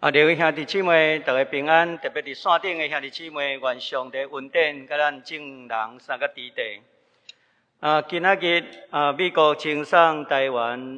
各位兄弟姊妹，大家平安。特别伫线顶的兄弟姊妹，愿上帝恩典，甲咱众人三个伫地。今仔日美国赠送台湾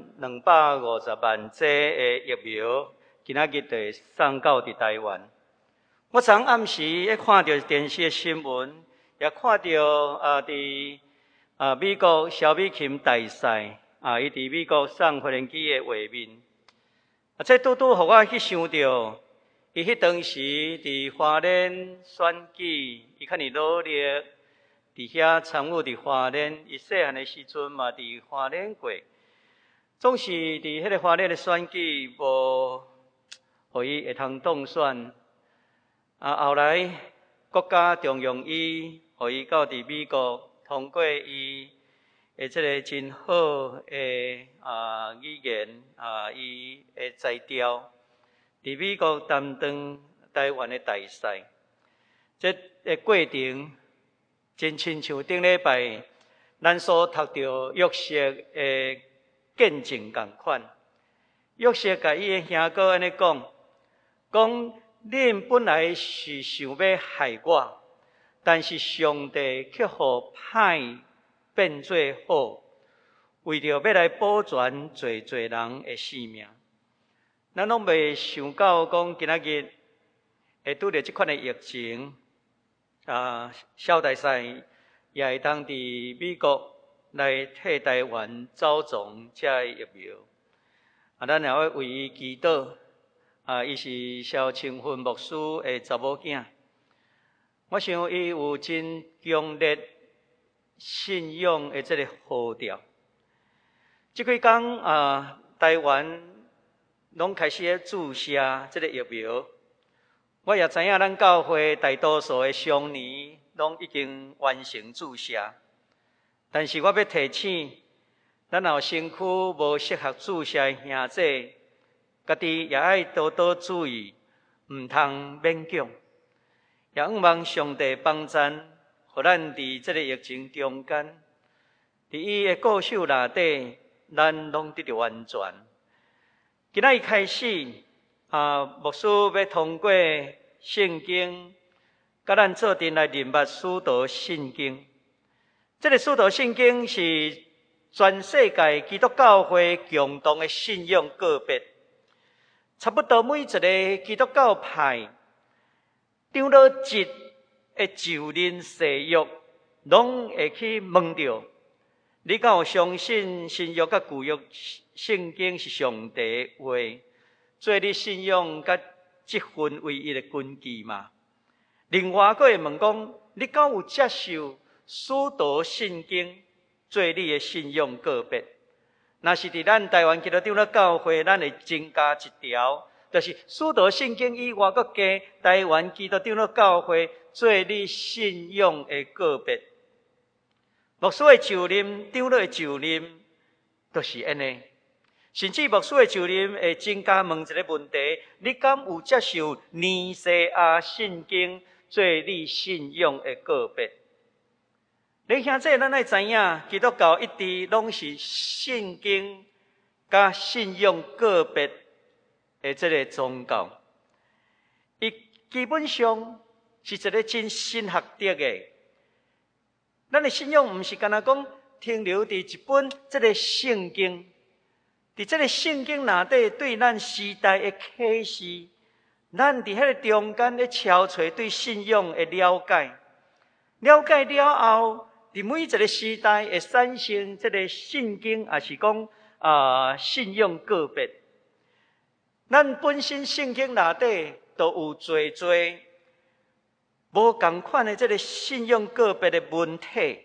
250万剂的疫苗，今仔日就会送到伫台湾。我昨暗时咧看到电视的新闻，也看到伫美国萧美琴大赛伊伫美国送无人机的画面。这拄互我去想到，伊迄当时伫花莲选举，伊较尔努力，伫遐参与伫花莲。伊细汉的时阵嘛，伫花莲过，总是伫迄个花莲的选举无，互伊会通当选。后来国家重用伊，互伊到伫美国，通过伊即个真好的语言伊的才调，伫美国担当台湾的大使。这个过程真亲像顶礼拜咱所读到约瑟的见证同款。约瑟甲伊的兄哥安尼讲，恁本来是想要害我，但是上帝却互歹变做好，为着要来保全侪侪人的性命。咱拢未想到讲今仔日会拄着即款的疫情，萧大使也会当伫美国来替台湾走总遮疫苗。咱也要为伊祈祷。伊是萧清芬牧师的查某囝，我想伊有真强烈信仰的这个号召。即几天台湾拢开始咧注射这个疫苗。我也知影咱教会大多数的伤年拢已经完成注射，但是我要提醒，咱若有身躯无适合注射的兄弟，家己也爱多多注意，毋通勉强。也望上帝帮咱，互咱伫这个疫情中间，伫伊的固守内底，咱拢得到安全。今仔日开始，牧师要通过圣经，甲咱做阵来认捌使徒圣经。这个使徒圣经是全世界基督教会共同的信仰个别，差不多每一个基督教派长老节的就任誓约，拢会去问到：你敢有相信新约甲旧约圣经是上帝的话，做你信仰甲这份唯一的根基嘛？另外，佫会问讲：你敢有接受使徒圣经做你的信仰个别？若是伫咱台湾基督长老教会，咱会增加一条。就是使徒圣经以外，佮加台湾基督长老教会做你信仰的个别。牧师的就任、长老的就任，都是安尼。甚至牧师的就任会增加问一个问题：你敢有接受尼西亚圣经做你信仰的个别？你兄弟，咱爱知影，基督教一直拢是圣经甲信仰个别的这个宗教，伊基本上是一个真新学的的。咱的信仰毋是干那讲停留伫一本这个圣经，伫这个圣经内底对咱时代的启示，咱伫迄个中间咧敲找对信仰的了解，了解了后，伫每一个时代会产生这个圣经，也是讲信仰个别。咱本身圣经内底都有侪侪无同款的这个信仰个别的文体。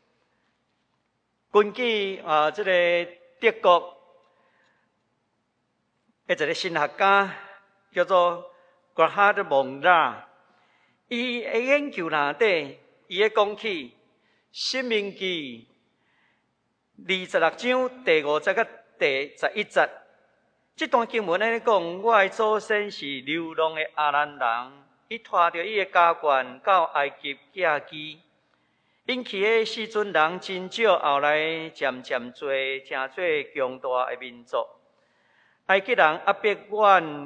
根据这个德国的一个神学家叫做 Gerhard Muller， 伊的研究内底，伊咧讲起《申命记》26章第5节到第11节。这段经文咧讲，我的祖先是流浪的阿兰人，伊拖着伊的家眷到埃及寄居，因去的时阵人真少，后来渐渐多，成做强大的民族。埃及人压迫阮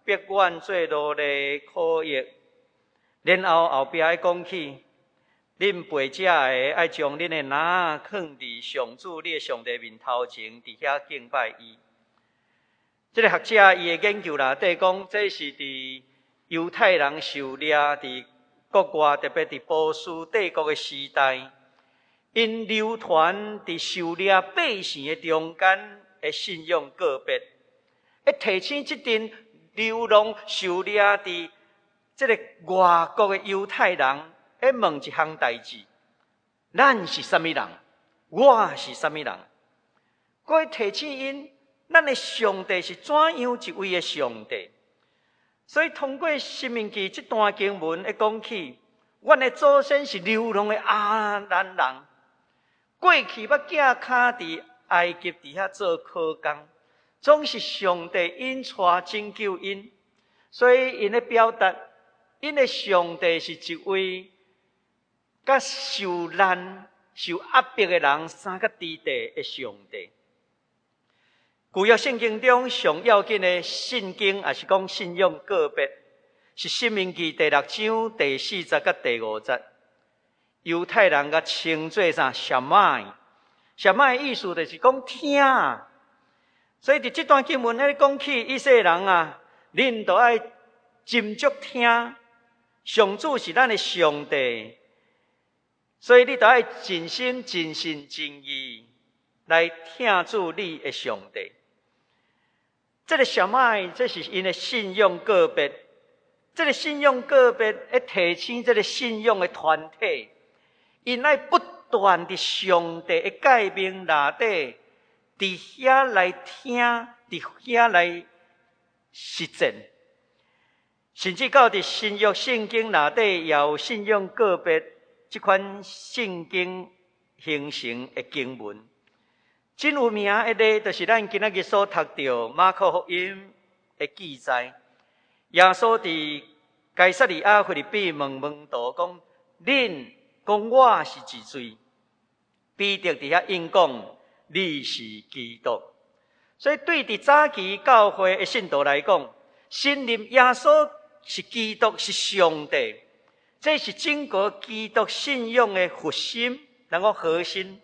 逼阮做奴隶苦役，然后壁爱讲起，恁陪者的爱将恁的篮放伫上主你的上帝面头前，伫遐敬拜伊。这个学者伊的研究啦，讲这是伫犹太人狩猎伫国外，特别伫波斯帝国的时代，因流传伫狩猎百姓的中间的信仰个别，提醒这阵流浪狩猎伫这个外国的犹太人，问一项代志：咱是啥物人？我是啥物人？我提醒因。咱的上帝是怎样一位的上帝？所以通过《申命记》这段经文会讲起，阮的祖先是流浪的阿兰人，过去捌寄脚伫埃及底下做苦工，总是上帝因带拯救因，所以因咧表达，因的上帝是一位甲受难、受压迫的人三个地地的上帝。旧约圣经中上要紧的圣经，也是讲信仰个别，是《申命记》第6章第4节甲第5节。犹太人甲称作啥？什麦，什麦的意思就是讲听。所以伫这段经文咧讲起，以色列人啊，恁都爱斟酌听。上主是咱的上帝，所以你都爱尽心、尽心、尽意来听主你的上帝。这个小麦，这是因的信仰个别。这个信仰个别，提醒这个信仰的团体，因爱不断伫上帝的诫命内底，伫遐来听，伫遐来实践。甚至到伫新约圣经内底，也有信仰个别这款圣经形成的经文。真有名的例，就是咱今仔日所读到马可福音的记载。耶稣伫该撒利亚腓立比问门徒讲：“恁讲我是几岁？”彼得伫遐应讲：“你是基督。”所以对伫早期教会的信徒来讲，信任耶稣是基督，是上帝，这是整个基督信仰的核心，然后核心。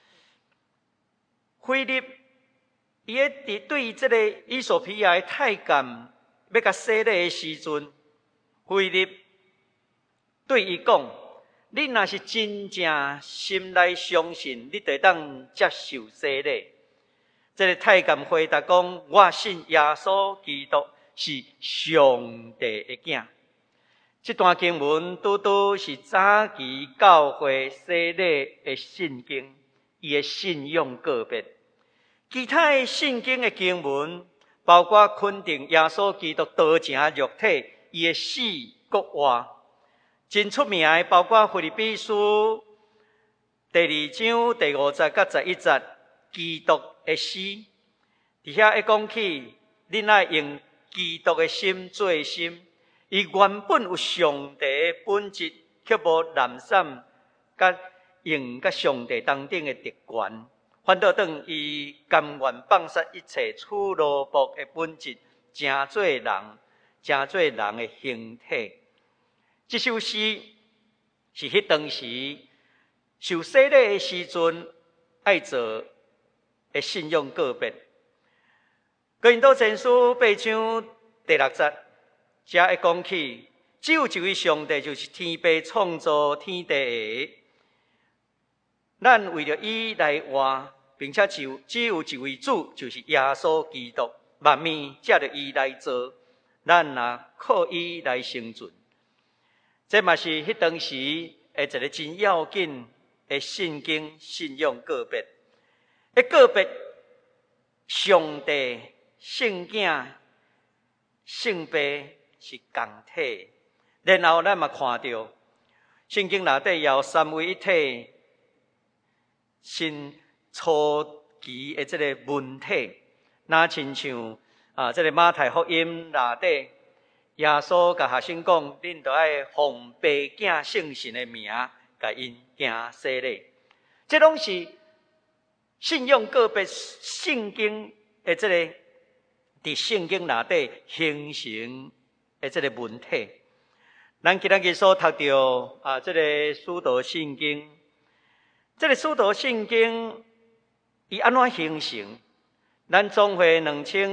腓立，伊对于这个以索比亚的太监要甲洗礼的时阵，腓立对伊讲：“你若是真正心内相信，你就当接受洗礼。”这个太监回答讲：“我信耶稣基督是上帝的囝。”这段经文拄拄是早期教会洗礼的圣经。伊的信仰个别，其他的圣经的经文，包括肯定耶稣基督道成肉体，伊的死国活，真出名的包括腓立比书第2章第5节到11节，基督的死，伫遐会讲起，恁爱用基督的心做心，伊原本有上帝的本质，却无懒散，甲用甲上帝当顶的特权，反倒当伊甘愿放下一切处奴仆的本质，成做人，成做人的形体。这首诗是迄当时受洗礼的时阵爱做的信仰个别。哥林多前书8章第6节，这会讲起，只有一位上帝，就是天父创造天地的。咱为了伊来活，并且只有一位主，就是耶稣基督，万物借着伊来做，咱也靠伊来生存。这嘛是迄当时的一个真要紧的圣经信仰个别。个别上帝、圣囝、圣父是共体，然后咱嘛看到圣经内底也有三位一体。新初期的这个文体，那亲像这个马太福音内底，耶稣甲学生讲：“恁都爱奉父囝圣神的名，甲因行洗礼。”这拢是信仰个别圣经的这个伫圣经内底形成的这个文体。咱今日所读到这个使徒圣经，这个使徒圣经伊安怎形成？咱总会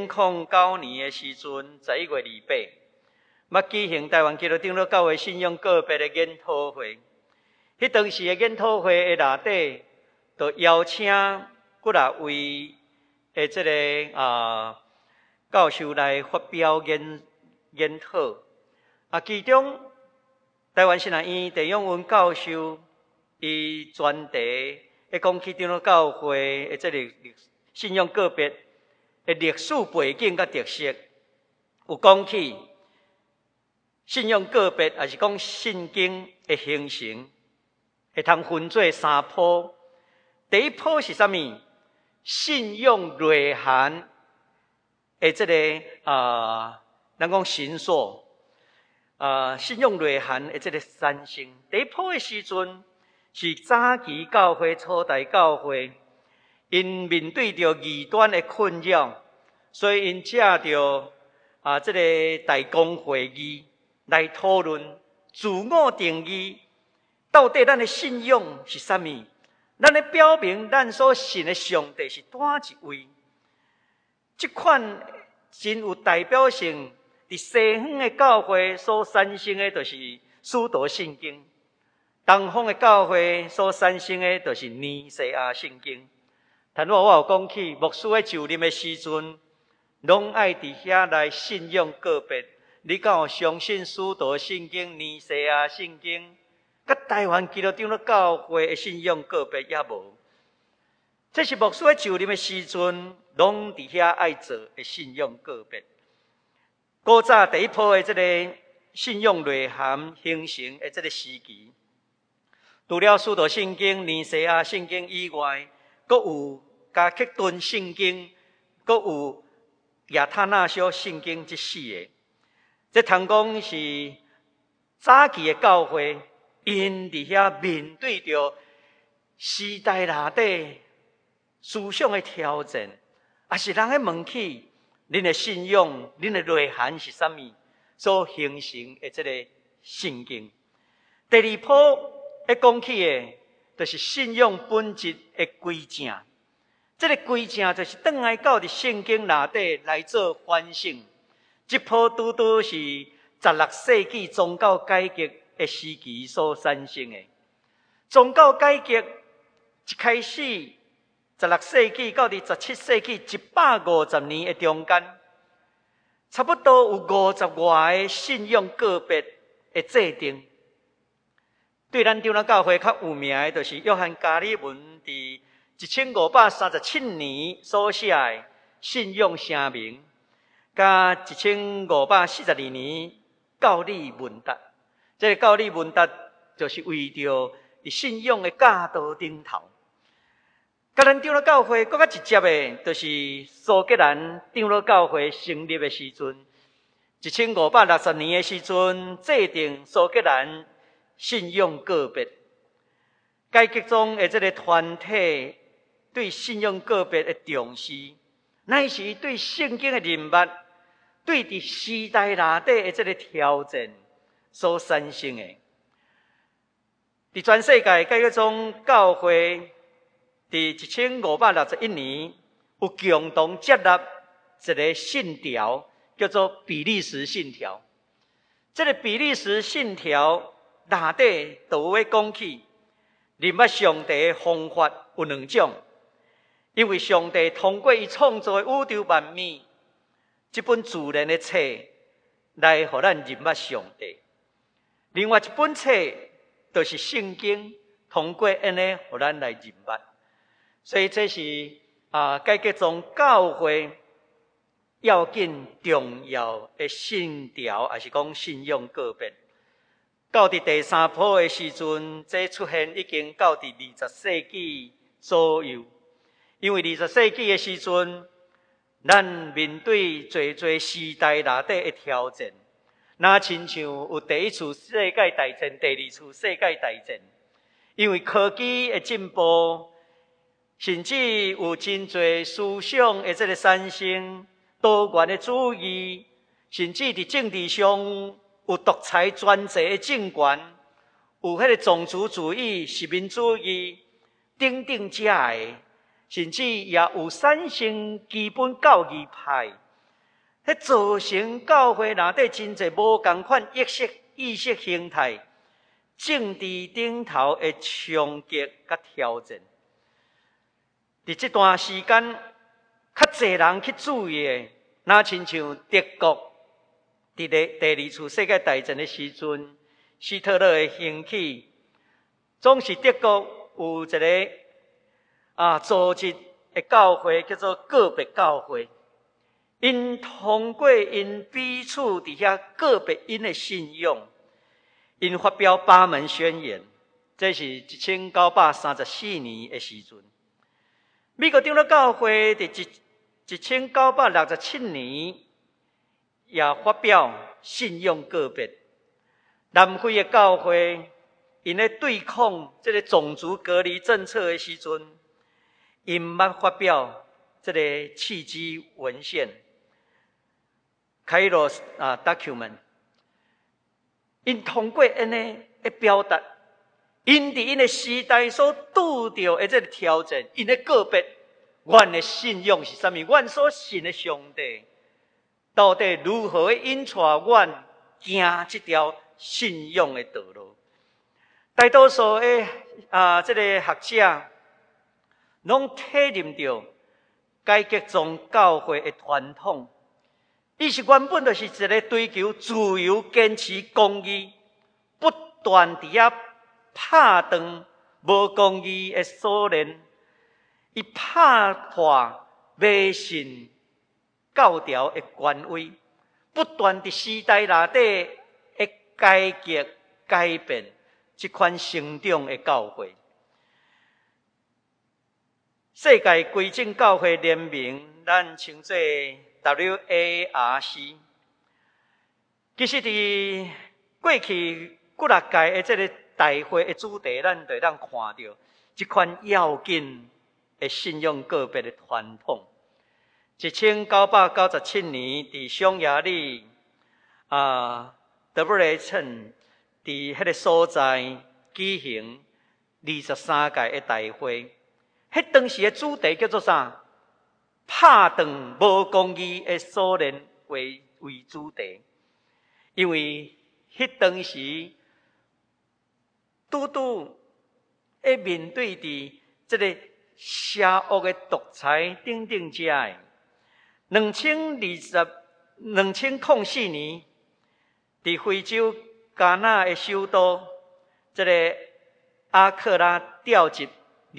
2009年的时阵，11月28，捌举行台湾基督长老教会信仰个别的研讨会。迄当时的研讨会的内底，就邀请几啊位的这个教授来发表研讨。其中台湾新南院陈永文教授，伊专题会讲起长老教会的这个信仰个别的历史背景甲特色，有讲起信仰个别，也是讲圣经的形成，会通分做3波。第一波是啥物？信仰内涵的这个咱讲神所。信仰内涵的这个三性。第一波的时阵，是早期教会、初代教会，因面对着异端的困扰，所以因借着这个大公会议来讨论自我定义，到底咱的信仰是啥物？咱咧表明咱所信的上帝是哪一位？这款真有代表性。伫西方的教会所产生的，就是使徒圣经；东方的教会所产生的，就是尼西亚圣经。但我有讲起，牧师在就任的时阵，拢爱伫遐来信仰个别。你敢有相信使徒圣经、尼西亚圣经？甲台湾基督长老教会的信仰个别也无。这是牧师在就任的时阵，拢伫遐爱做的信仰个别。古早第一波的这个信仰内涵形成的这个时期，除了使徒圣经、尼西亚圣经以外，阁有加克顿圣经，阁有亚他那修圣经这4个。这通讲是早期的教会，因伫遐面对着时代内底思想的挑战，也是人咧问起。恁的信仰，恁的内涵是啥物？所形成的这个圣经。第二波要讲起的，就是信仰本质的规正。这个规正就是转来到伫圣经内底来做反省。这波拄拄是16世纪宗教改革的时期所产生的。宗教改革一开始。16世纪到伫17世纪150年的中间，差不多有50外个信仰个别的制定。对咱长老教会较有名的，就是约翰加里文伫1537年所写的《信仰声明》，甲1542年教理问答。这个教理问答就是为着伫信仰的教导顶头。甲咱长老教会更较直接的，就是苏格兰长老教会成立的时阵，1560年的时阵制定苏格兰信仰个别。改革中的这个团体对信仰个别的重视，乃是对圣经的认捌，对伫时代内底的这个挑战所产生的。伫全世界改革中教会。伫1561年，有共同接纳一个信条，叫做比利时信条。这个比利时信条内底就有讲起，认捌上帝的方法有2种，因为上帝通过伊创造的宇宙万物，这本自然的册来互咱认捌上帝。另外一本册就是圣经，通过安尼互咱来认捌。所以这是改革中教会要紧重要的信条，也是讲信仰个别。到伫第3波的时阵，这出现已经到伫20世纪左右。因为20世纪的时阵，咱面对侪时代内底的挑战，那亲像有第一次世界大战、第二次世界大战，因为科技的进步。甚至有真侪思想的这个产生， 多元的主义，甚至伫政治上有独裁专制的政权，有迄个种族主义、实民主义等等遮的，甚至也有产生基本教义派，迄造成教会内底真侪无共款意识形态、政治顶头的冲击甲挑战。伫这段时间，较侪人去注意的，若亲像德国伫第二次世界大战的时阵，希特勒的兴起，总是德国有一个组织的教会叫做个别教会，因通过因彼此伫遐个别因的信仰，因发表巴门宣言，这是1934年的时阵。美国长老教会伫1967年也发表信仰个别。南非的教会因咧对抗这个种族隔离政策的时阵，因捌发表这个契机文献 Kairos document， 因通过因的表达，因伫因的时代所拄到的这个挑战，因的个别，阮的信仰是啥物？阮所信的上帝到底如何引带阮行这条信仰的道路？大多数的这个学者，拢体认到改革宗教会的传统，伊是原本就是一个追求自由、坚持公义，不断伫遐拍断无公义的锁链，伊拍破迷信教条的权威，不断伫时代内底的改革改变这款成长的教会。世界归正教会联盟，咱称作 WARC。其实伫过去几六届的这个大会的主题，咱就当看到这款要紧的信仰个别的传统。1997年伫匈牙利德布雷岑伫迄个所在举行23届的大会。迄当时的主题叫做啥？拍断无公义的锁链为主题，因为迄当时拄面对伫这个邪恶的独裁等等遮的。2004年，伫非洲加纳的首都这个阿克拉调集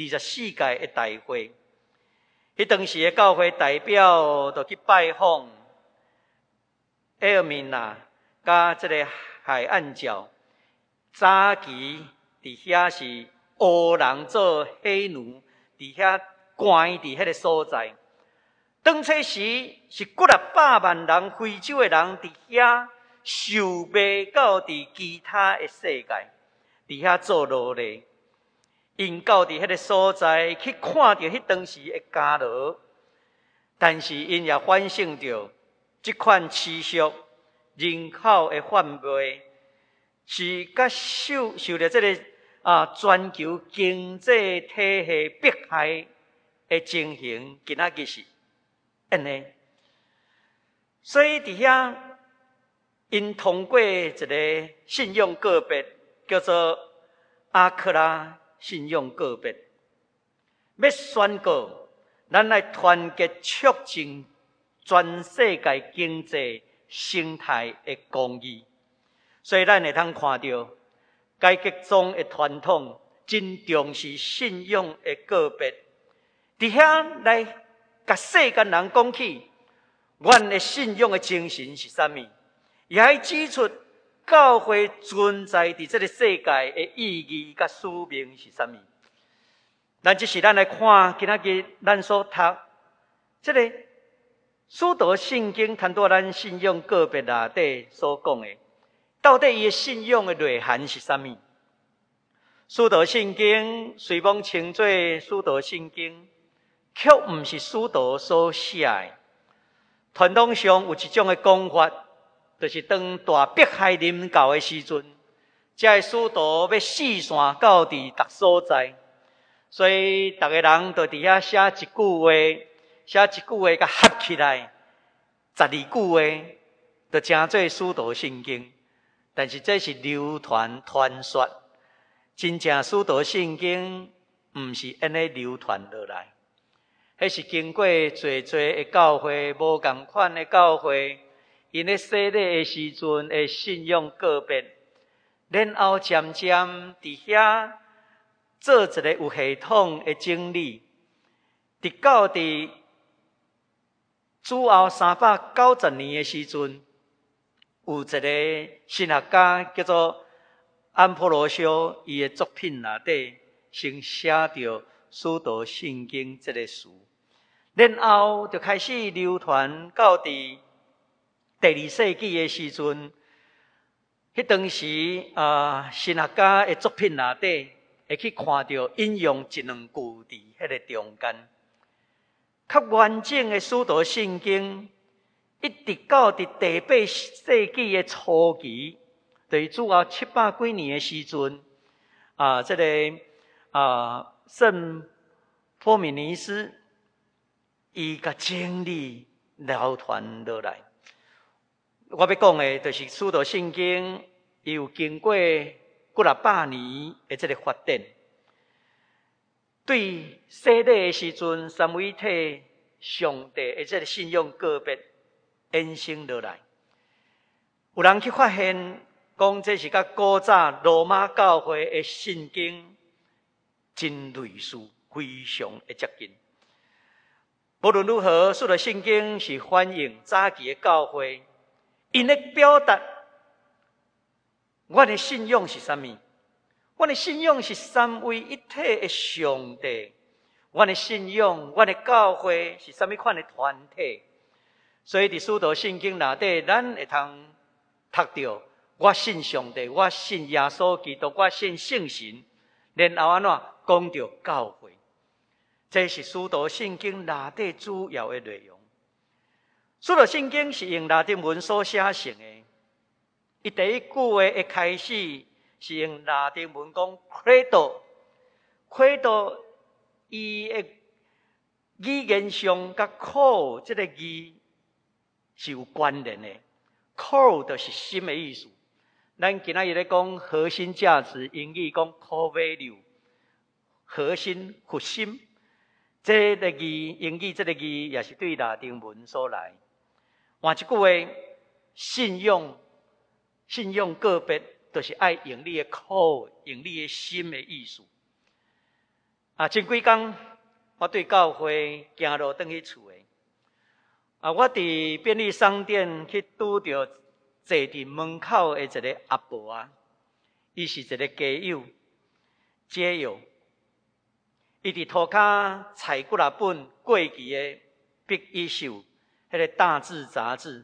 24届的大会，迄当时的教会代表就去拜访埃尔米纳甲这个海岸角，早期伫遐是黑人做黑奴，伫遐关伫迄个所在。当初时是几啊百万人非洲的人伫遐受卖到伫其他的世界，伫遐做奴隶。因到伫迄个所在去看到迄当时的家劳，但是因也反省到这款持续人口的贩卖是甲受到这个全球经济体系迫害的情形，今仔日是安尼。所以伫遐，因通过一个信仰个别，叫做阿克拉信仰个别，要宣告咱来团结促进全世界经济生态的公义。所以咱会通看到改革宗的传统真重视信仰的个别，伫遐来甲世间人讲起阮的信仰的精神是啥物，也爱指出教会存在伫这个世界的意义甲使命是啥物。咱这是咱来看今仔日咱所读这个使徒圣经，谈到咱信仰个别内底所讲的，到底伊的信仰的内涵是啥物？使徒圣经虽蒙称作使徒圣经，却毋是使徒所写的。 传统上有一种的讲法，就是当大迫害临到的时阵，这个使徒要四散到伫各所在，所以逐个人就伫遐写一句话，写一句话，甲合起来12句话，就称做使徒圣经。但是这是流传传说，真正使徒圣经毋是安尼流传落来，迄是经过侪的教会，无共款的教会，因咧洗礼的时阵的信仰个别，然后渐渐伫遐做一个有系统的整理，直到伫主后390年的时阵，有一个神学家叫做安波罗修，伊的作品内底先写着使徒圣经这个词，然后就开始流传到伫第2世纪的时阵，迄当时神学家的作品内底会去看到引用1、2句伫迄个中间，较完整的使徒圣经。一直到伫第8世纪的初期，就是主后700几年的时阵，这个圣波米尼斯伊甲整理流传落来。我要讲的，就是使徒圣经，伊有经过几啊百年的这个发展，对洗礼的时阵，三位一体上帝的这个信仰个别。衍生落来，有人去发现，讲这是甲古早罗马教会的圣经真类似，非常的接近。无论如何，使徒圣经是反映早期的教会，因咧表达我的信仰是啥物？我的信仰是三位一体的上帝。我的信仰，我的教会是啥物款的团体？所以伫使徒圣经内底，咱会通读到我信上帝，我信耶稣基督，我信圣神，然后安怎讲到教会，这是使徒圣经内底主要的内容。使徒圣经是用拉丁文所写成的，伊第一句话一开始是用拉丁文讲 credo，credo 伊的语言上甲 call 这个字是有关联的 ，core 就是心的意思。咱今仔日咧讲核心价值，英语讲 core value， 核心、核心。这个字，英语这个字也是对拉丁文所来。换一句话，信用个别，就是爱用你的 core， 用你的心的意思。前几天我对教会行路转去厝的。我伫便利商店去拄着坐伫门口的一个阿婆啊，伊是一个街友，伊伫涂骹踩几啊本过期的《Big Issue》迄个大字杂志。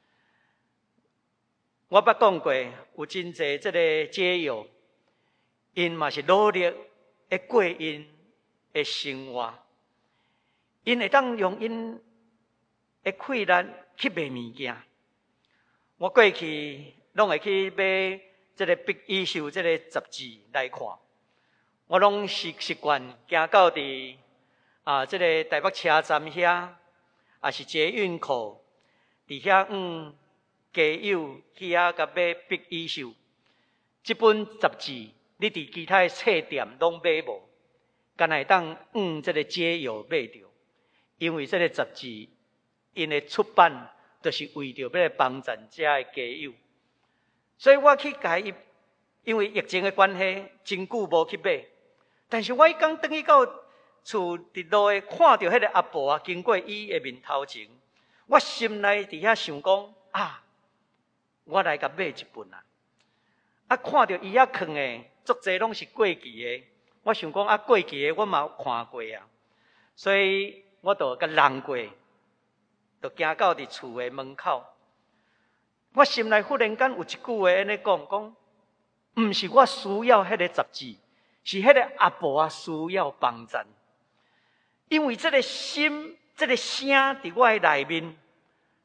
我捌讲过，有真侪这个街友，因嘛是努力的过因的生活，因会当用因的气力去卖物件。我过去拢会去买这个《Big Issue》这个杂志来看。我拢习惯行到伫这个台北车站遐，也是捷运口，伫遐街友去遐甲买《Big Issue》这本杂志，你伫其他册店拢买无，敢会当这个街友买着，因为这个杂志。因的出版就是为着要来帮助这的街友，所以我去甲伊，因为疫情的关系，真久无去买。但是我一刚转去到厝伫路的，看到迄个阿婆啊，经过伊的面头前，我心内伫遐想讲我来甲买一本啊！看到伊遐藏的，足侪拢是过期的，我想讲过期的我嘛有看过啊，所以我就甲人过。就行到伫厝的门口，我心内忽然间有一句话安尼讲，毋是我需要迄个杂志，是迄个阿婆啊需要帮助，因为这个心、这个声伫我的内面，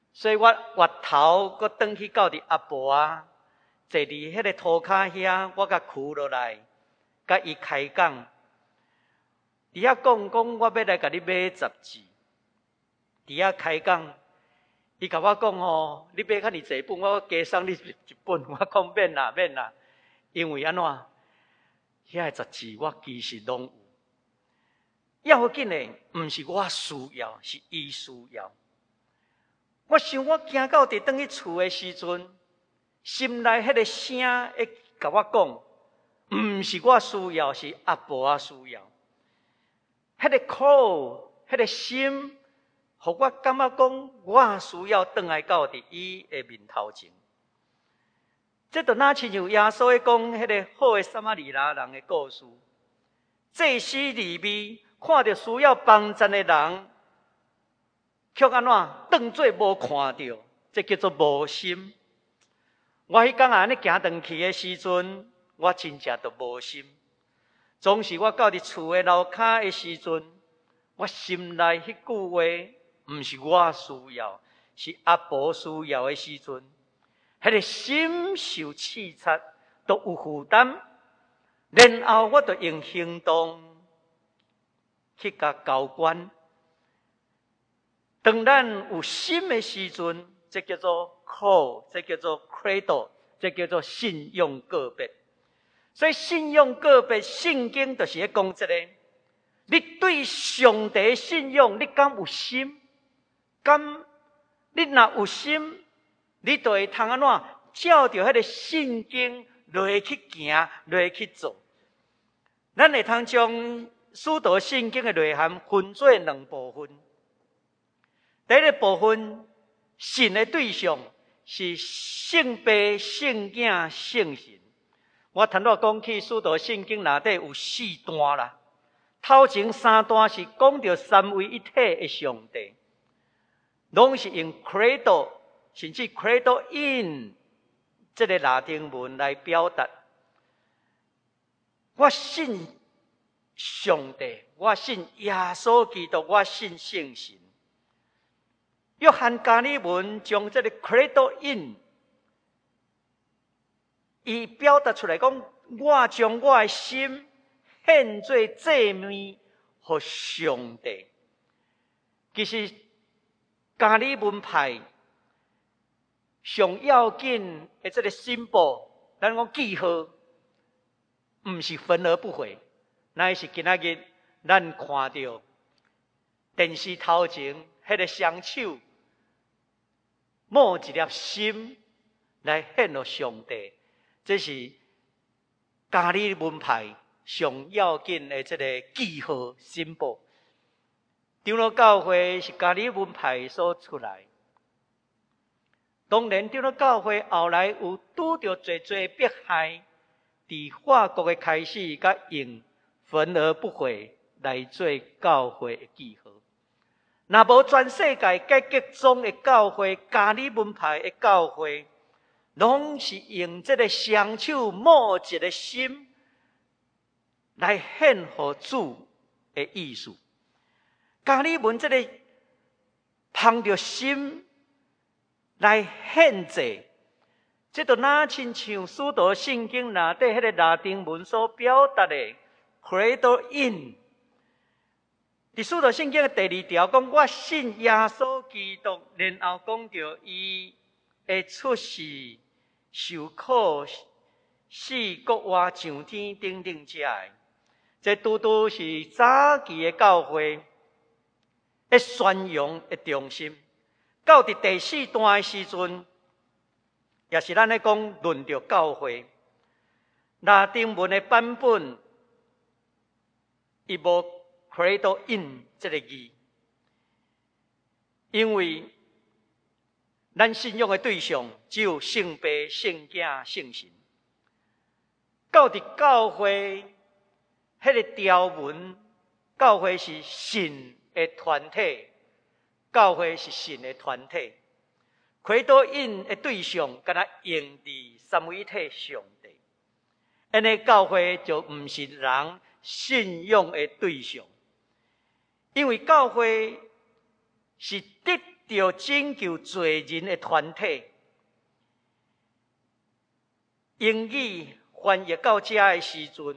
所以我月头搁转去到伫阿婆啊，坐伫迄个涂骹遐，我甲扶落来，甲伊开讲。伫遐讲，我要来甲你买杂志。伫遐开讲，伊甲我讲吼，你买遐尼济本，我加送你一本。我讲免啦，免啦，因为安怎？遐个杂志我其实拢有。要紧的，毋是我需要，是伊需要。我想我行到伫转去厝的时阵，心内迄个声会甲我讲，毋是我需要，是阿婆啊需要。迄个 call， 迄个心，互我感觉讲，我需要转来到伫伊的面头前。这就哪亲像耶稣讲迄个好的撒玛利亚人的故事，祭司利未看到需要帮助的人，却安怎当作无看到，这叫做无心。我迄天安尼行转去的时阵，我真正都无心。总是我到伫厝的楼骹的时阵，我心内迄句话，毋是我需要，是阿婆需要的时阵，迄个心受刺擦，都有负担。然后我就用行动去甲交关。当咱有心的时阵，这叫做 call， 这叫做 cradle， 这叫做信用个别。所以信用个别，圣经就是咧讲这个。你对上帝信用，你敢有心？敢你若有心，你就会通安怎照着迄个圣经落去行，落去做。咱会通将使徒圣经的内涵分做两部分。第一个部分，信的对象是圣父、圣子、圣神。我头仔讲起使徒圣经内底有4段啦，头前3段是讲到三位一体的上帝，拢是用 cradle 甚至 cradle in 这个拉丁文来表达。我信上帝，我信耶稣基督，我信圣神。约翰加尔文将这个 cradle in， 伊表达出来讲，我将我的心献做祭物予上帝。其实加尔文派上要紧的这个symbol，咱讲记号，毋是分而不会，乃是今仔日咱看到电视头前迄个双手摸一粒心来献予上帝，这是加尔文派上要紧的这个记号 symbol。长老教会是加尔文派所出来，当然长老教会后来有拄着侪迫害，伫法国的开始，甲用分而不会来做教会的记号。若无全世界各种的教会，加尔文派的教会，拢是用这个双手摸一个心来献予主的意思。加尔文这个捧着心来献祭，这就哪亲像使徒圣经内底迄个拉丁文所表达的 cradle in。伫使徒圣经的第2条讲，我信耶稣基督，然后讲到伊会出世、受苦、死、国活、上天等等遮的，这拄拄是早期的教会的宣扬的重心。到伫第4段的时阵，也是咱咧讲论着教会拉丁文的版本，伊无 cradle in 这个字，因为咱信仰的对象只有圣父、圣子、圣神。到伫教会迄个条文，教会是神的团体，教会是神的团体。cradle in 的对象，敢若用伫三位一体上帝。安尼教会就毋是人信仰的对象。因为教会是得着拯救罪人的团体。英语翻译到这的时阵，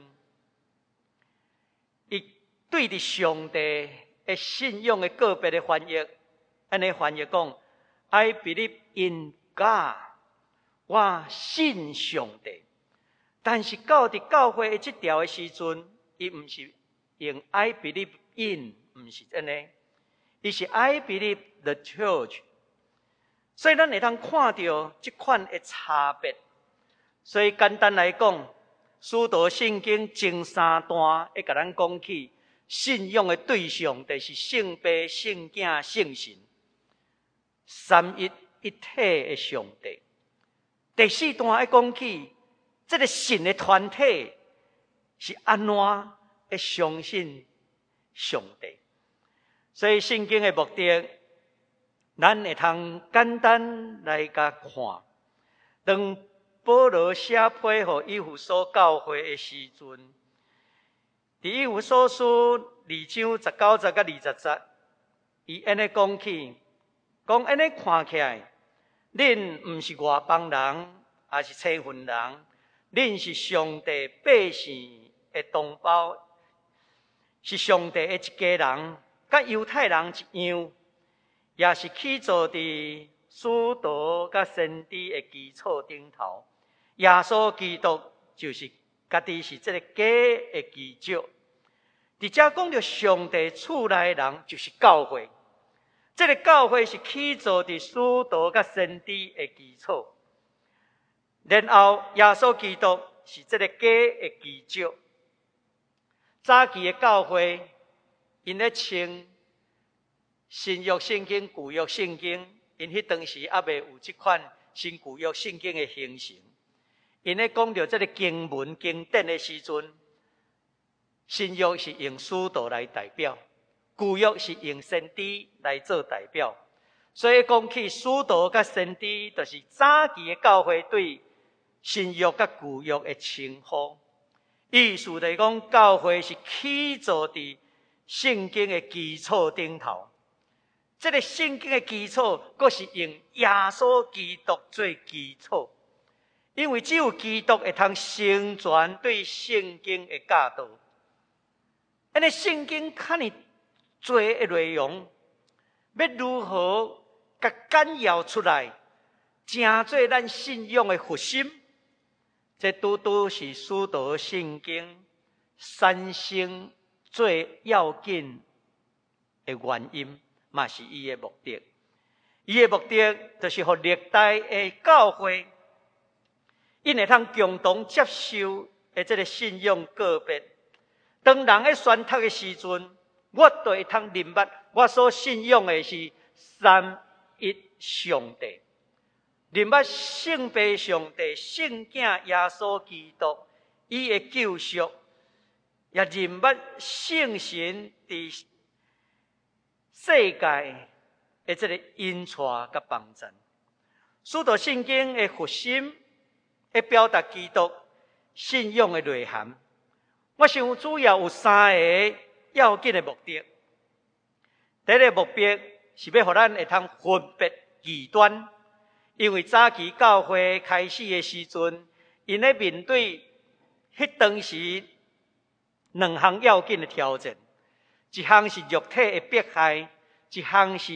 伊对着上帝的信仰的个别的翻译，安尼翻译讲 ：I believe in God， 我信上帝。但是到伫教会的这条的时阵，伊毋是用 I believe in， 毋是安尼，伊是 I believe the church。所以咱会通看到这款的差别。所以简单来讲，使徒圣经前三段会甲咱讲起信仰的对象，就是圣父、圣子、圣神，三一一体的上帝。第四段会讲起这个神的团体是安怎会相信上帝。所以圣经的目的，咱会通简单来甲看。当保罗写批予以弗所教会的时阵，伫以弗所书2章19节甲20节，伊安尼讲起，讲安尼看起来，恁毋是外邦人，也是初份人，恁是上帝百姓的同胞，是上帝的一家人，甲犹太人一样，也是起造伫使徒甲先知的基础顶头。耶稣基督就是家己是这个家的基础。伫遮讲到上帝厝内的人就是教会，这个教会是起造伫使徒甲先知的基础。然后耶稣基督是这个家的基础。早期的教会，因咧称新约圣经、旧约圣经，因迄当时还未有这款新旧约圣经的形成。因咧讲到这个经文经典的时阵，新约是用使徒来代表，旧约是用先知来做代表。所以讲起使徒甲先知，就是早期的教会对新约甲旧约的称呼。意思就是讲，教会是起造伫圣经的基础顶头。这个圣经的基础，阁是用耶稣基督做基础。因为只有基督会通成全对圣经的教导。安尼圣经较尔多的内容，要如何甲简要出来，成做咱信仰的核心？这拄拄是使徒圣经产生最要紧的原因，嘛是伊的目的。伊的目的就是互历代的教会，因会通共同接受的这个信仰个别。当人咧宣读的时阵，我就会通明白，我所信仰的是三一上帝，明白圣父上帝、圣子耶稣基督伊的救赎，也明白圣神伫世界的这个引带甲帮助。使徒圣经的核心，会表达基督信仰的内涵。我想主要有三个要紧的目的。第一个目的是要互咱会通分别异端，因为早期教会开始的时阵，因咧面对迄当时两项要紧的挑战，一项是肉体的迫害，一项是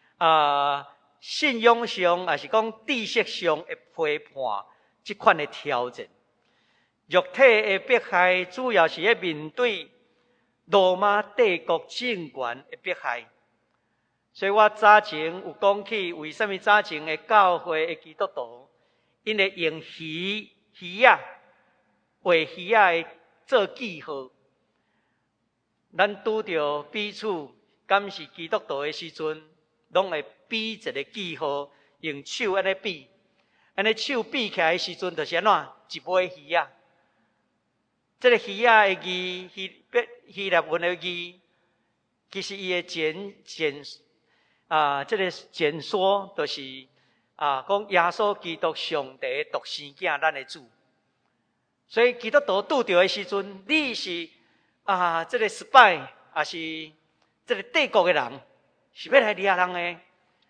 信仰上也是讲知识上的批判，这款的挑战。肉体的迫害主要是咧面对罗马帝国政权的迫害，所以我早前有讲起为什么早前的教会的基督徒，因会用鱼啊、画鱼啊的做记号。咱拄着彼此敢是基督徒的时阵，拢会比一个记号，用手安尼比，安尼手比起来的时阵，就是安怎一尾鱼啊。这个鱼啊的字，希腊文的字，其实伊的这个简说，就是讲耶稣基督上帝独生囝，咱的主。所以基督徒拄着的时阵，你是这个失败，也是这个帝国的人，是要来掠人的。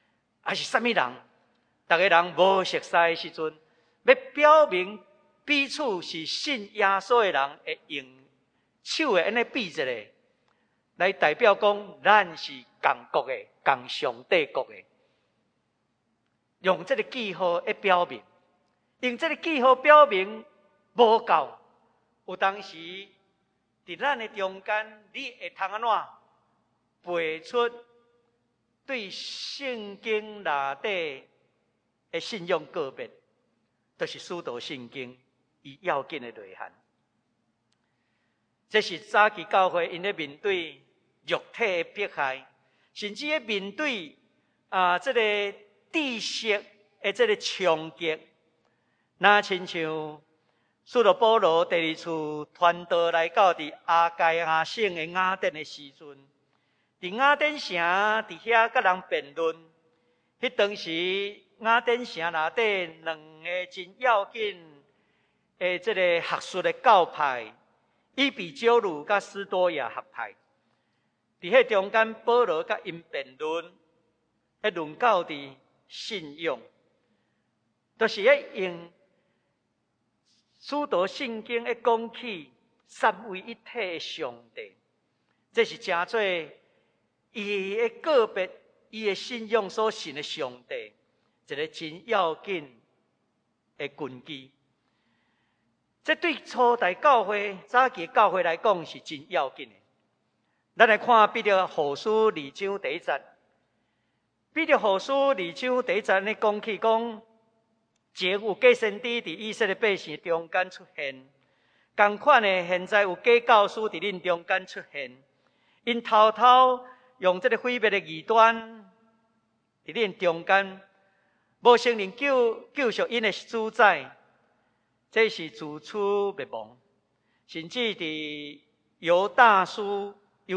还是什么人，大家人无熟悉的时阵，要表明彼此是信耶稣的人，会用手的安尼比一下，来代表讲咱是共国的、共上帝国的，用这个记号来表明，用这个记号表明无够。有当时伫咱的中间，你会通安怎背出对圣经内底的信仰个别，就是使徒圣经伊要紧的内涵。这是早期教会因咧面对肉体的迫害，甚至咧面对这个知识的这个冲击，那亲像使徒保罗第二次传道来到伫亚该亚省的雅典的时阵，伫雅典城伫遐甲人辩论，迄当时雅典城内底两个真要紧的这个学术的教派。伊比鸠鲁甲斯多亚学派，伫迄中间，保罗甲因辩论，论到伫信仰，就是用使徒圣经讲起三位一体的上帝，这是真做伊的个别，伊的信仰所信的上帝，一个真要紧的根基。这对初代教会、早期教会来讲是真要紧的。咱来看彼得后书2章第1节，彼得后书2章第1节咧讲起讲，前有假先知伫以色列百姓中间出现，同款的现在有假教师伫恁中间出现，因偷偷用这个毁灭的异端伫恁中间，无承认救赎因的主宰。这是自取灭亡，甚至伫犹大书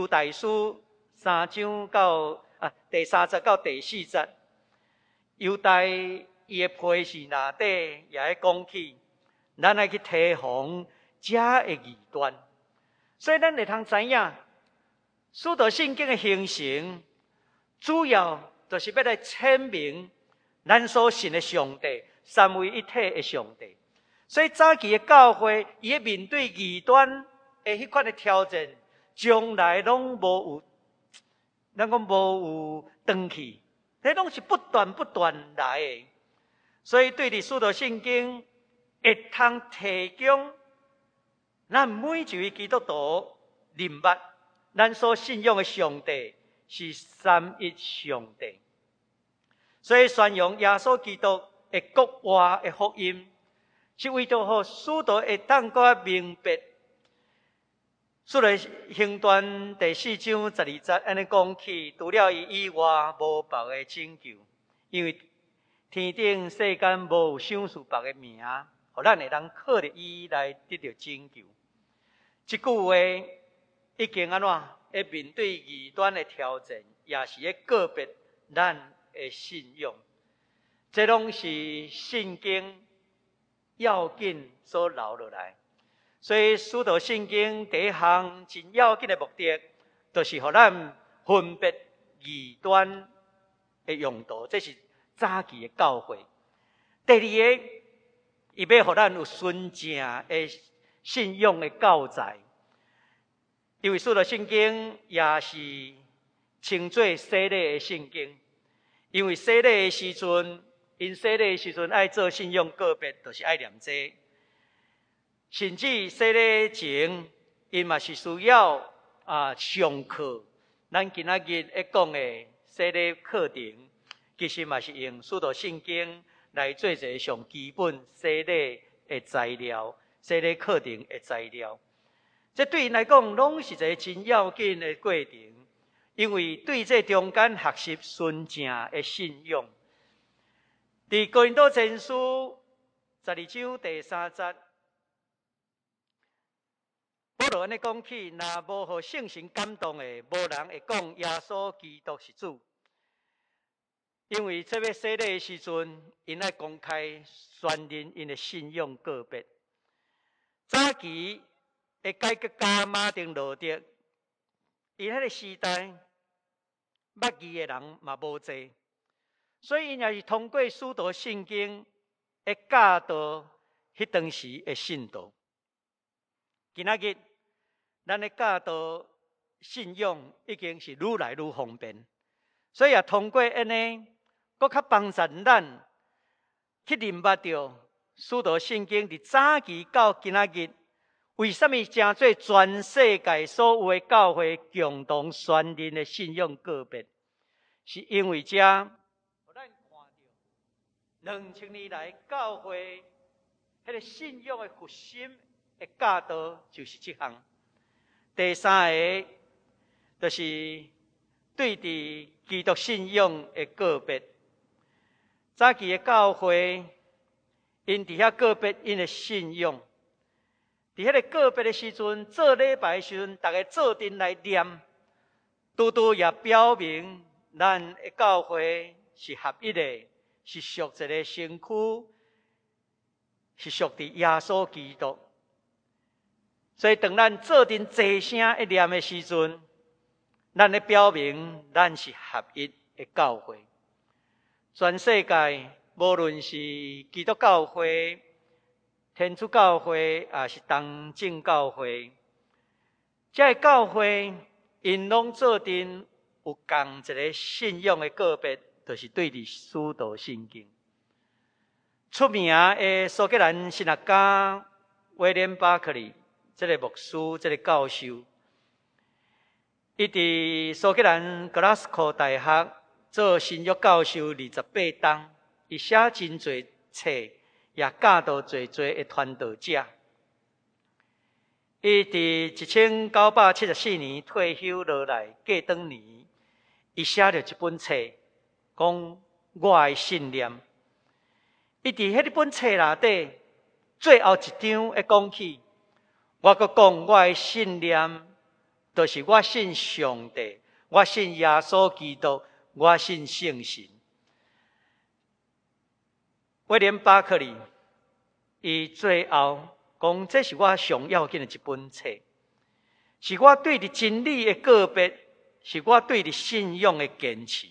3章到第3节到第4节，犹大伊的批示内底也会讲起，咱来去提防这的异端。所以咱会通知影，使徒圣经的形成，主要就是要来阐明咱所信的上帝，三位一体的上帝。所以早期的教会，伊咧面对异端的迄款的挑战，从来拢无有，咱讲无有断去，迄拢是不断来的。所以对伫使徒圣经会通提供咱每一位基督徒明白，咱所信仰的上帝是三一上帝。所以宣扬耶稣基督的国话的福音。是为着互使徒会当较明白，使徒行传第4章12节安尼讲起，除了伊以外无别的拯救，因为天顶世间无有想属别的名，互咱会当靠着伊来得到拯救。这句话已经安怎？会面对异端的挑战，也是会告别咱的信仰。这拢是圣经要紧所留落来，所以使徒圣经第一项真要紧的目的，就是互咱分别异端的用途，这是早期的教会。第二个，伊要互咱有纯正的信仰的教材，因为使徒圣经也是称作洗礼的圣经，因为洗礼的时阵。因洗礼的时阵爱做信仰个别，就是爱念这，甚至洗礼前，因嘛是需要上课。咱今仔日要讲的洗礼课程，其实嘛是用使徒圣经来做一个上基本洗礼的材料，洗礼课程的材料。这对因来讲，拢是一个真要紧的过程，因为对这中间学习纯正的信仰。伫哥林多前书12章第3节，保罗安尼讲起：若无互圣神感动的，无人会讲耶稣基督是主。因为这要洗礼的时阵，因爱公开宣认因的信仰个别。早期的改革家马丁路德，因迄个时代，捌字的人嘛无济。 所以因也是通过使徒圣经的教导，迄当时的信徒。今仔日咱的教导信仰已经是愈来愈方便，所以也通过安尼，搁较帮助咱去明白到使徒圣经伫早期到今仔日，为什么诚做全世界所有的教会共同宣认的信仰个别，是因为遮，互咱看到2000年来教会迄个信仰的核心的教导就是这项。第三个就是对伫基督信仰的个别。早期的教会，因伫遐个别因的信仰，伫迄个个别的时阵，做礼拜的时阵，大家做阵来念，拄拄也表明咱的教会是合一的，是属一个身躯，是属伫耶稣基督。所以，当咱做阵齐声一念的时阵，咱咧表明咱是合一的教会。全世界无论是基督教会、天主教会，也是东正教会，这个教会因拢做阵有共一个信仰的个别，就是对伫使徒圣经。出名的苏格兰神学家威廉·巴克利，这个牧师，这个教授，伊伫苏格兰格拉斯哥大学做神学教授28冬，伊写真侪册，也教导侪的传道者。伊伫1974年退休落来，过当年，伊写了一本册，讲我的信念。伊伫迄本册内底，最后一章会讲起，我阁讲我的信念，就是我信上帝，我信耶稣基督，我信圣神。威廉·巴克利，伊最后讲，这是我上要紧的一本册，是我对伫真理的个别，是我对伫信仰的坚持。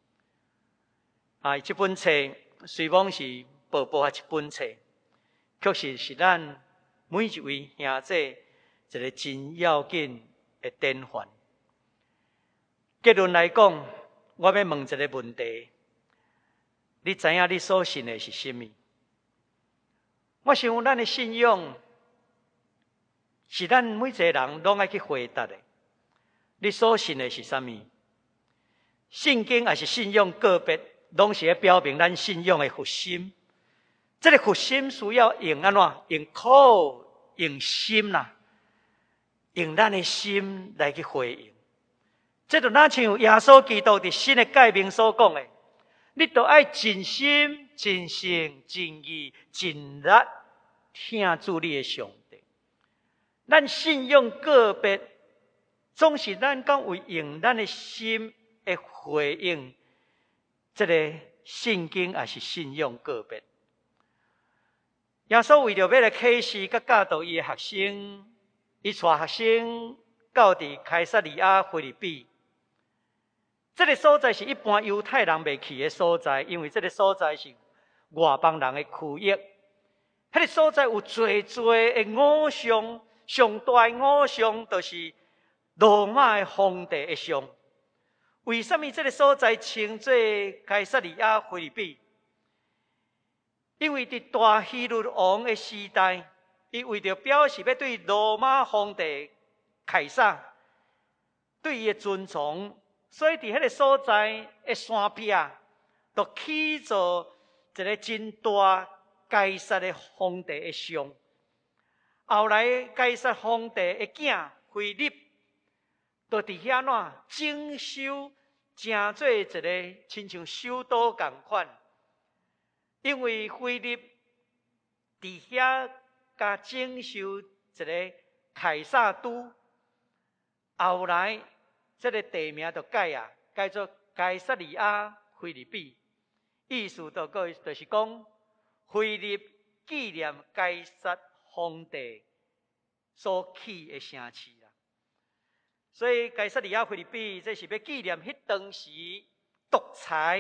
这本册虽讲是薄薄一本册，确实是咱每一位兄姐一个真要紧的典范。结论来讲，我要问一个问题：你知影你所信的是什么？我想咱的信仰是咱每一个人拢爱去回答的。你所信的是什么？圣经也是信仰个别，拢是咧表明咱信仰的核心。这个核心需要用安怎？用口、用心啦，用咱的心来去回应。这就哪像耶稣基督伫新的诫命所讲的，你都爱尽心、尽性、尽意、尽力听主你的上帝。咱信仰个别，总是咱讲为用咱的心来回应这个圣经，也是信仰个别。耶稣为着要来启示甲教导伊的学生，伊带学生到伫凯撒利亚腓立比。这个所在是一般犹太人未去的所在，因为这个所在是外邦人的区域。迄个所在有最的偶像，上大的偶像就是罗马的皇帝的像。为什么这个所在称作凯撒利亚腓立比？因为伫大希律王的时代，伊为着表示要对罗马皇帝凯撒对伊的尊崇，所以伫迄个所在的山壁，就起造一个真大凯撒的皇帝的像。后来凯撒皇帝的囝腓立，就伫遐整修，成做一个亲像首都共款。因为腓立伫遐甲整修一个凯撒都，后来这个地名就改做凯撒利亚腓立比，意思就是讲腓立纪念凯撒皇帝所起的城市啦。所以凯撒利亚腓立比，这是要纪念迄当时独裁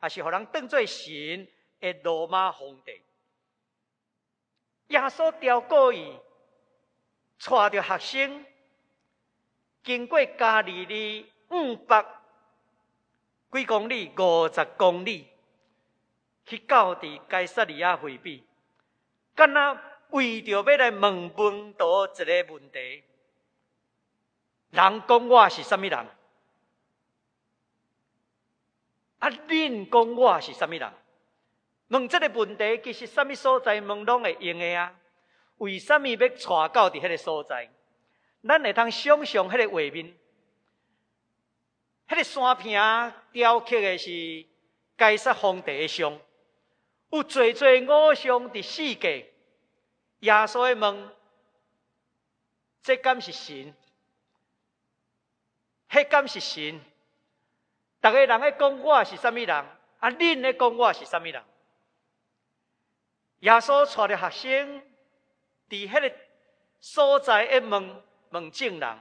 也是互人当作神的罗马皇帝。耶稣调过伊，带着学生，经过加利利500几公里、50公里，去到伫该撒利亚腓比，敢若为着要来问门徒一个问题：人讲我是啥物人？恁讲我是啥物人？问这个问题，其实啥物所在问拢会用的啊？为什么要带到伫迄个所在？咱会通想象迄个画面，迄个山坪雕刻的是该撒皇帝的像，有侪侪偶像伫世界。耶稣会问：这敢是神？迄敢是神？逐个人咧讲我是啥物人？恁咧讲我是啥物人？耶稣带着学生伫迄个所在一问证人，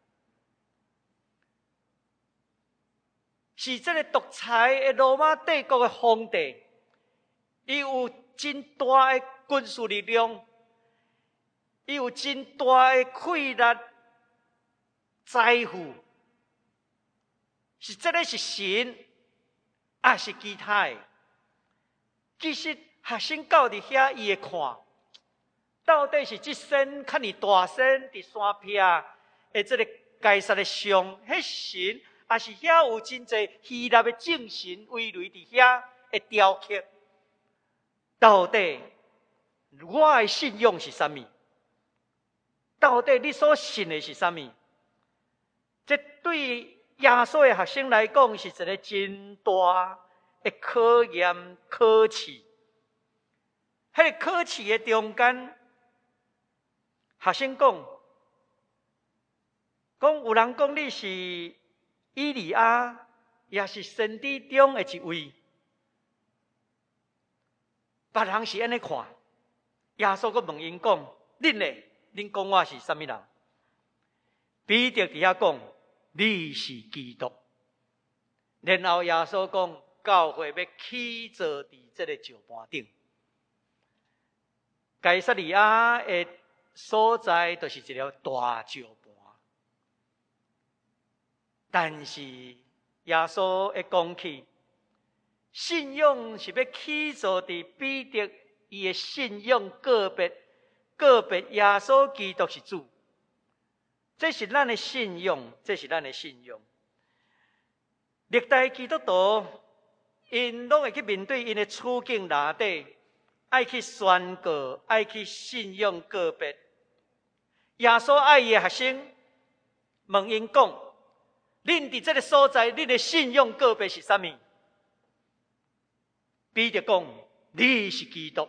是这个独裁的罗马帝国的皇帝，伊有真大的军事力量，伊有真大的权力、财富，是这个是神，还是其他的？其实学生到伫遐，伊会看，到底是这身较尼大身伫山壁的这个该撒的像，迄神，还是遐有真侪希腊的正神围围伫遐的雕刻？到底我的信仰是啥物？到底你所信的是啥物？这对耶稣的学生来讲，是一个真大的考验考试。迄个考试的中间，学生讲有人讲你是以利亚，也是先知中的一位。别人是安尼看，耶稣阁问因讲：恁呢？恁讲我是啥物人？彼得伫遐讲：你是基督。然后耶稣讲：教会要起坐伫这个石盘顶。该撒利亚的所在，就是一条大石盘。但是耶稣会讲起，信仰是要起坐伫彼得伊的信仰个别耶稣基督是主。这是咱的信仰，这是咱的信仰。历代基督徒，因拢会去面对因的处境内底，爱去宣告，爱去信仰个别。耶稣爱伊的学生，问因讲：恁伫这个所在，恁的信仰个别是啥物？彼得讲：你是基督。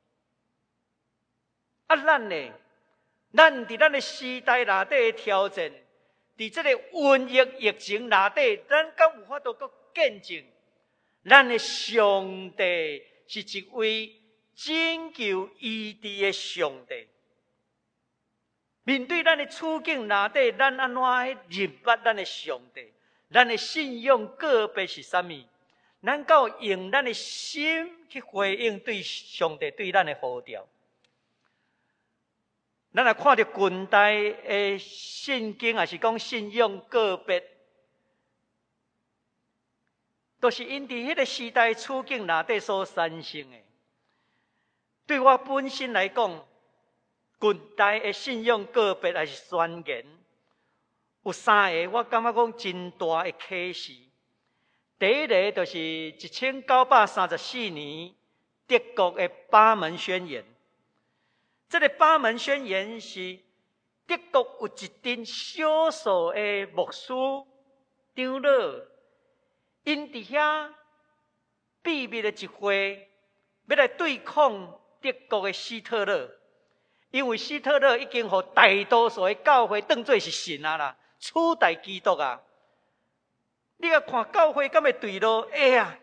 咱呢？咱伫咱的时代内底的挑战，伫这个瘟疫情内底，咱敢有法度搁见证，咱的上帝是一位拯救医治的上帝。面对咱的处境内底，咱安怎去认捌咱的上帝？咱的信仰个别是啥物？咱够用咱的心去回应对上帝对咱的呼召。咱若看到近代的圣经，也是讲信仰个别，都是因伫迄个时代处境内底所产生的。对我本身来讲，近代的信仰个别也是宣言，有3个我感觉讲真大的启示。第一个就是1934年德国的巴门宣言。这个巴门宣言是德国有一群少数的牧师、长老，因伫遐秘密的集会，要来对抗德国的希特勒。因为希特勒已经互大多数的教会当作是神啊啦，取代基督啊。你啊看教会敢会对咯？会啊。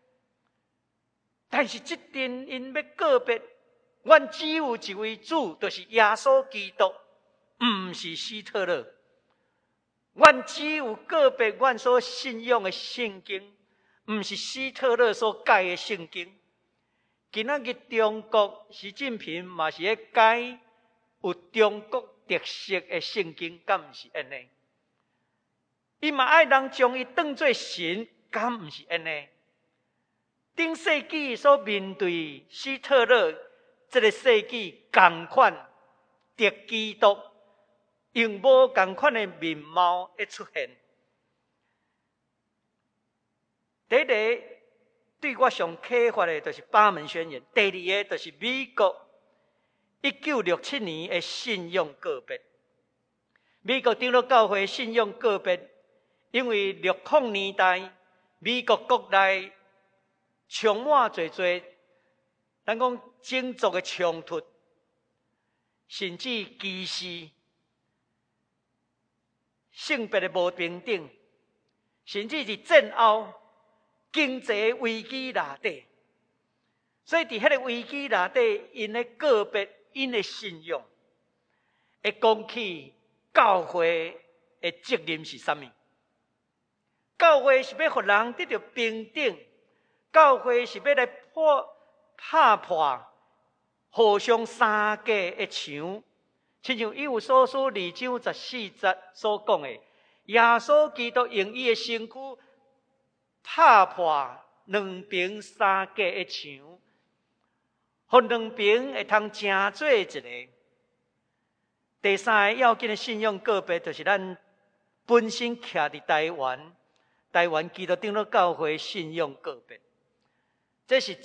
但是这阵因要个别。阮只有一位主，就是耶稣基督，毋是希特勒。阮只有个别阮所信仰的圣经， 毋是希特勒所改的圣经。今仔日中国习近平嘛是咧改有中国特色的圣经，敢毋是安尼？伊嘛爱人将伊当作神，敢毋是安尼？顶世纪所面对希特勒这个世纪同款敌基督，用无同款的面貌会出现。第一个对我上启发的，就是巴门宣言；第二个就是美国1967年的信仰告别。美国长老教会信仰告别，因为60年代美国国内充满侪咱讲种族的冲突，甚至歧视、性别的无平等，甚至是战后经济危机内底。所以伫迄个危机内底，因的告别，因的信仰，会讲起教会的责任是啥物？教会是要互人得到平等，教会是要来拍破互相相隔的墙。亲像以弗所书2章14节所讲的，耶稣基督用伊的身躯拍破两边相隔的墙，互两边会通成做一个。第三个要紧的信仰告别，就是咱本身徛伫台湾基督长老教会信仰告别。这是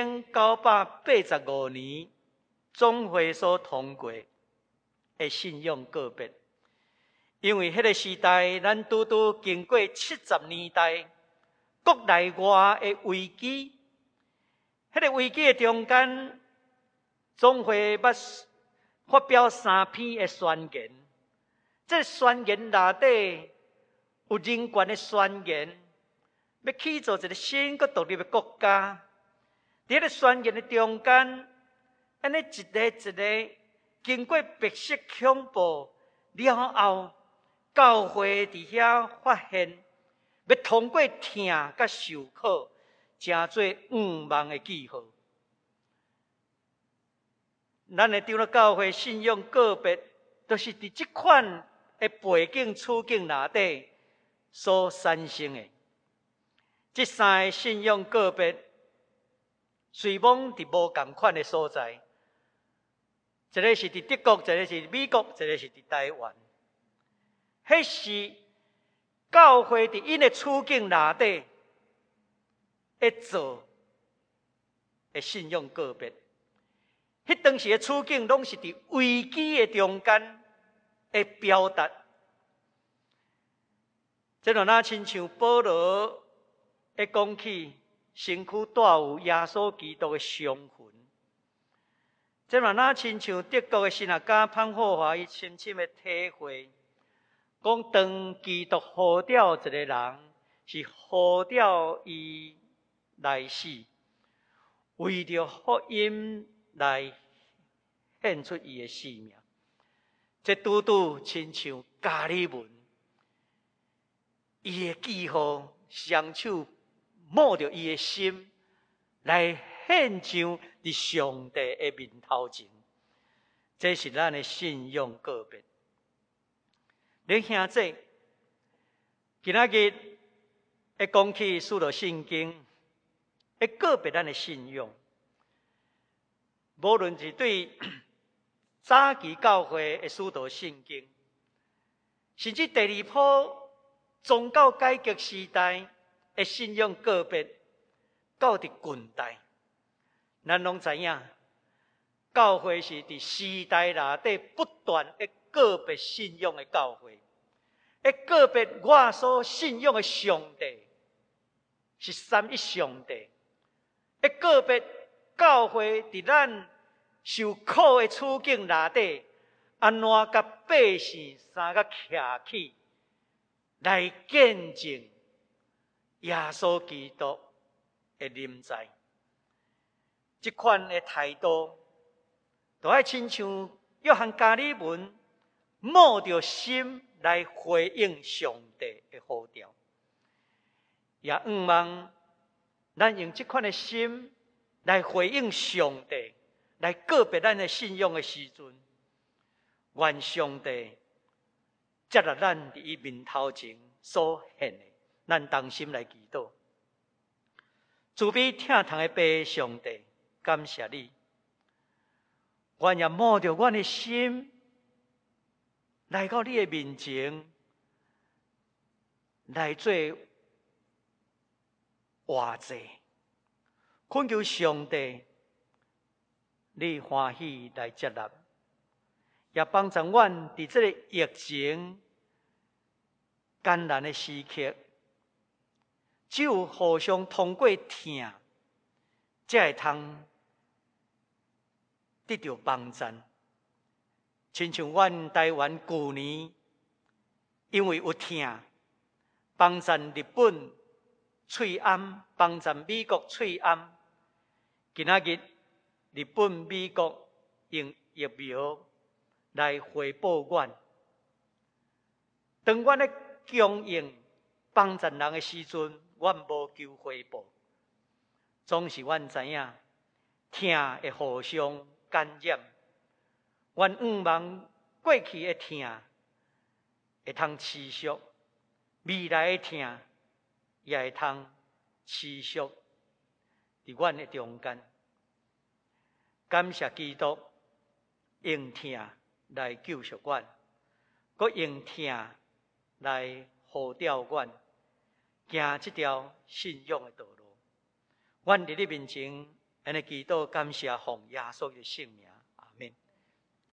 1985年总会所通过的信仰告别。因为迄个时代，咱拄经过70年代国内外的危机，迄个危机的中间，总会捌发表3篇的宣言。这宣言内底有人权的宣言，要起造一个新个独立的国家。伫迄个宣言的中间，安尼一个经过白色恐怖了后，教会伫遐发现，要通过疼甲受苦，成做5万的记号。咱的长老教会信仰告别，就是伫这款的背景处境内底所产生的。这3个信仰告别，随往伫无同款的所在，一个是伫德国，一个是美国，一个是伫台湾。迄是教会伫因的处境内底会做的信仰告别。迄当时的处境，拢是伫危机的中间的表达。这就那亲像保罗会讲起身躯带有耶稣基督的伤痕。这嘛那亲像德国的神学家潘霍华伊深深的体会，讲当基督呼召一个人，是呼召伊来死，为着福音来献出伊的性命。这拄亲像加利文，伊的记号双手摸着伊的心，来献上伫上帝的面头前。这是咱的信仰告别。恁兄弟，今仔日会讲起使徒圣经，会告别咱的信仰。无论是对早期教会的使徒圣经，甚至第2波宗教改革时代的信仰告别，到伫近代，咱拢知影，教会是伫时代内底不断的告别信仰的教会，会告别我所信仰的上帝是三一上帝，会告别教会伫咱受苦的处境内底，安怎甲百姓三个徛起，来见证耶稣基督的临在。这款的态度，就爱亲像约翰加利文摸着心来回应上帝的呼召，也盼望咱用这款的心来回应上帝，来告别咱的信仰的时阵，愿上帝接纳咱伫伊面头前所献的，咱同心来祈祷。慈悲疼痛的爸上帝，感谢你，愿也摸着阮的心，来到你的面前，来做活祭，恳求上帝，你欢喜来接纳，也帮助阮伫这个疫情艰难的时刻，只有互相通过疼，才会通得到帮助。亲像阮台湾去年因为有疼，帮助日本喙暗，帮助美国喙暗。今仔日日本、美国用疫苗来回报阮。当阮咧供应帮助人的时阵，阮无求回报，总是阮知影，疼会互相感染。阮盼望过去的疼会通持续，未来的疼也会通持续伫阮的中间。感谢基督用疼来救赎阮，佮用疼来护吊阮，行这条信仰的道路。阮伫你面前，安尼祈祷，感谢奉耶稣的圣名。